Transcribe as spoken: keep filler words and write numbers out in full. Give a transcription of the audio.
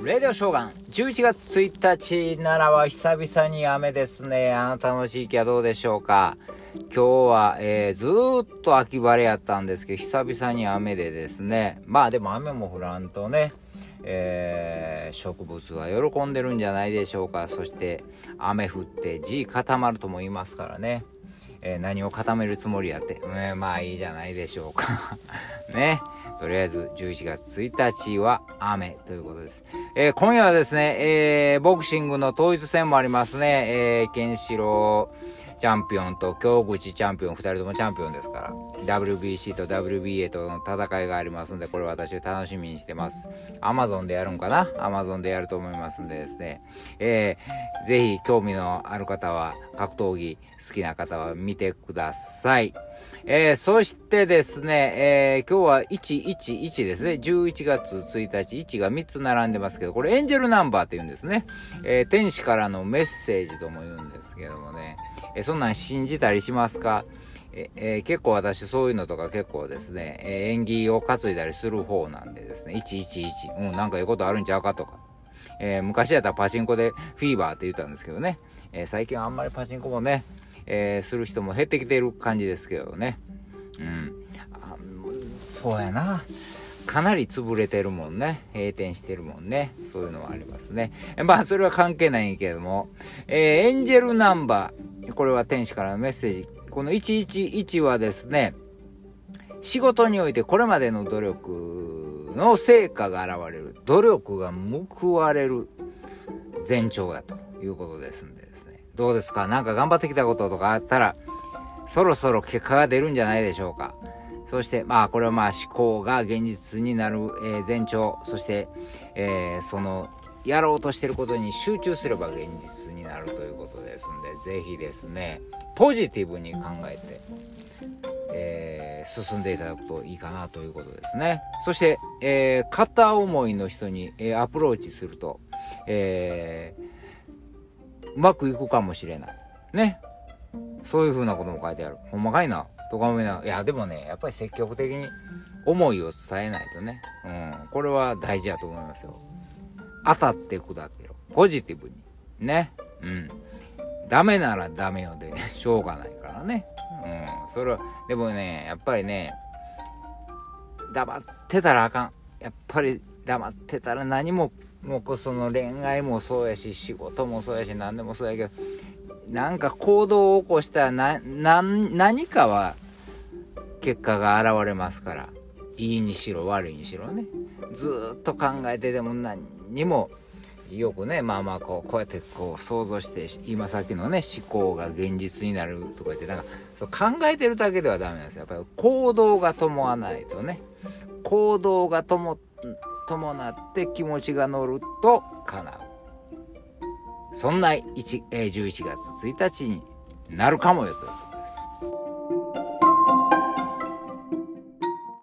レディオショーガンじゅういちがつついたち奈良は久々に雨ですね。あなたの地域はどうでしょうか。今日は、えー、ずーっと秋晴れやったんですけど、久々に雨でですね、まあでも雨も降らんとね、えー、植物は喜んでるんじゃないでしょうか。そして雨降って地固まるとも言いますからね、えー、何を固めるつもりやって、えー、まあいいじゃないでしょうかね。とりあえずじゅういちがつついたちは雨ということです。えー、今夜はですね、えー、ボクシングの統一戦もありますね。えー、ケンシロウチャンピオンと京口チャンピオン、ふたりともチャンピオンですから、ダブリュービーシー と ダブリュービーエー との戦いがありますので、これ私楽しみにしてます。アマゾンでやるんかな、アマゾンでやると思いますんでですね、えー、ぜひ興味のある方は、格闘技好きな方は見てください。えー、そしてですね、えー、今日はいちいちいちですね。じゅういちがつついたち、いちがみっつ並んでますけど、これエンジェルナンバーって言うんですね。えー、天使からのメッセージとも言うんですけどもね、えー、そんなん信じたりしますか？ええー、結構私そういうのとか結構ですね、えー、縁起を担いだりする方なんでですね、いちいちいち、うん、なんかいうことあるんちゃうかとか、えー、昔やったらパチンコでフィーバーって言ったんですけどね、えー、最近はあんまりパチンコもね、えー、する人も減ってきてる感じですけどね。うん。あ、そうやな。かなり潰れてるもんね。閉店してるもんね。そういうのはありますね。まあ、それは関係ないんやけども。えー、エンジェルナンバー。これは天使からのメッセージ。このいちいちいちはですね、仕事においてこれまでの努力の成果が現れる。努力が報われる前兆だということですんでですね。どうですか？なんか頑張ってきたこととかあったら、そろそろ結果が出るんじゃないでしょうか。そしてまあこれはまあ思考が現実になる、えー、前兆、そして、えー、そのやろうとしていることに集中すれば現実になるということですんで、ぜひですねポジティブに考えて、えー、進んでいただくといいかなということですね。そして、えー、片思いの人に、えー、アプローチすると、えー、うまくいくかもしれないね。そういう風なことも書いてある。ほんまかいなとか思いながら、いやでもね、やっぱり積極的に思いを伝えないとね、うん、これは大事だと思いますよ。当たって砕けろ、ポジティブにね。うん、ダメならダメよでしょうがないからね。うん、それはでもね、やっぱりね、黙ってたらあかん。やっぱり黙ってたら何も、もうその恋愛もそうやし、仕事もそうやし、何でもそうやけど、なんか行動を起こしたらな、な、何かは結果が現れますから、いいにしろ悪いにしろね。ずーっと考えてでも何にも、よくね、まあまあこう、こうやってこう想像して、今さっきのね、思考が現実になるとか言って、なんかそう考えてるだけではダメなんですよ。やっぱり行動が伴わないとね。行動がとも伴って気持ちが乗ると叶う。そんなじゅういちがつついたちになるかもよと。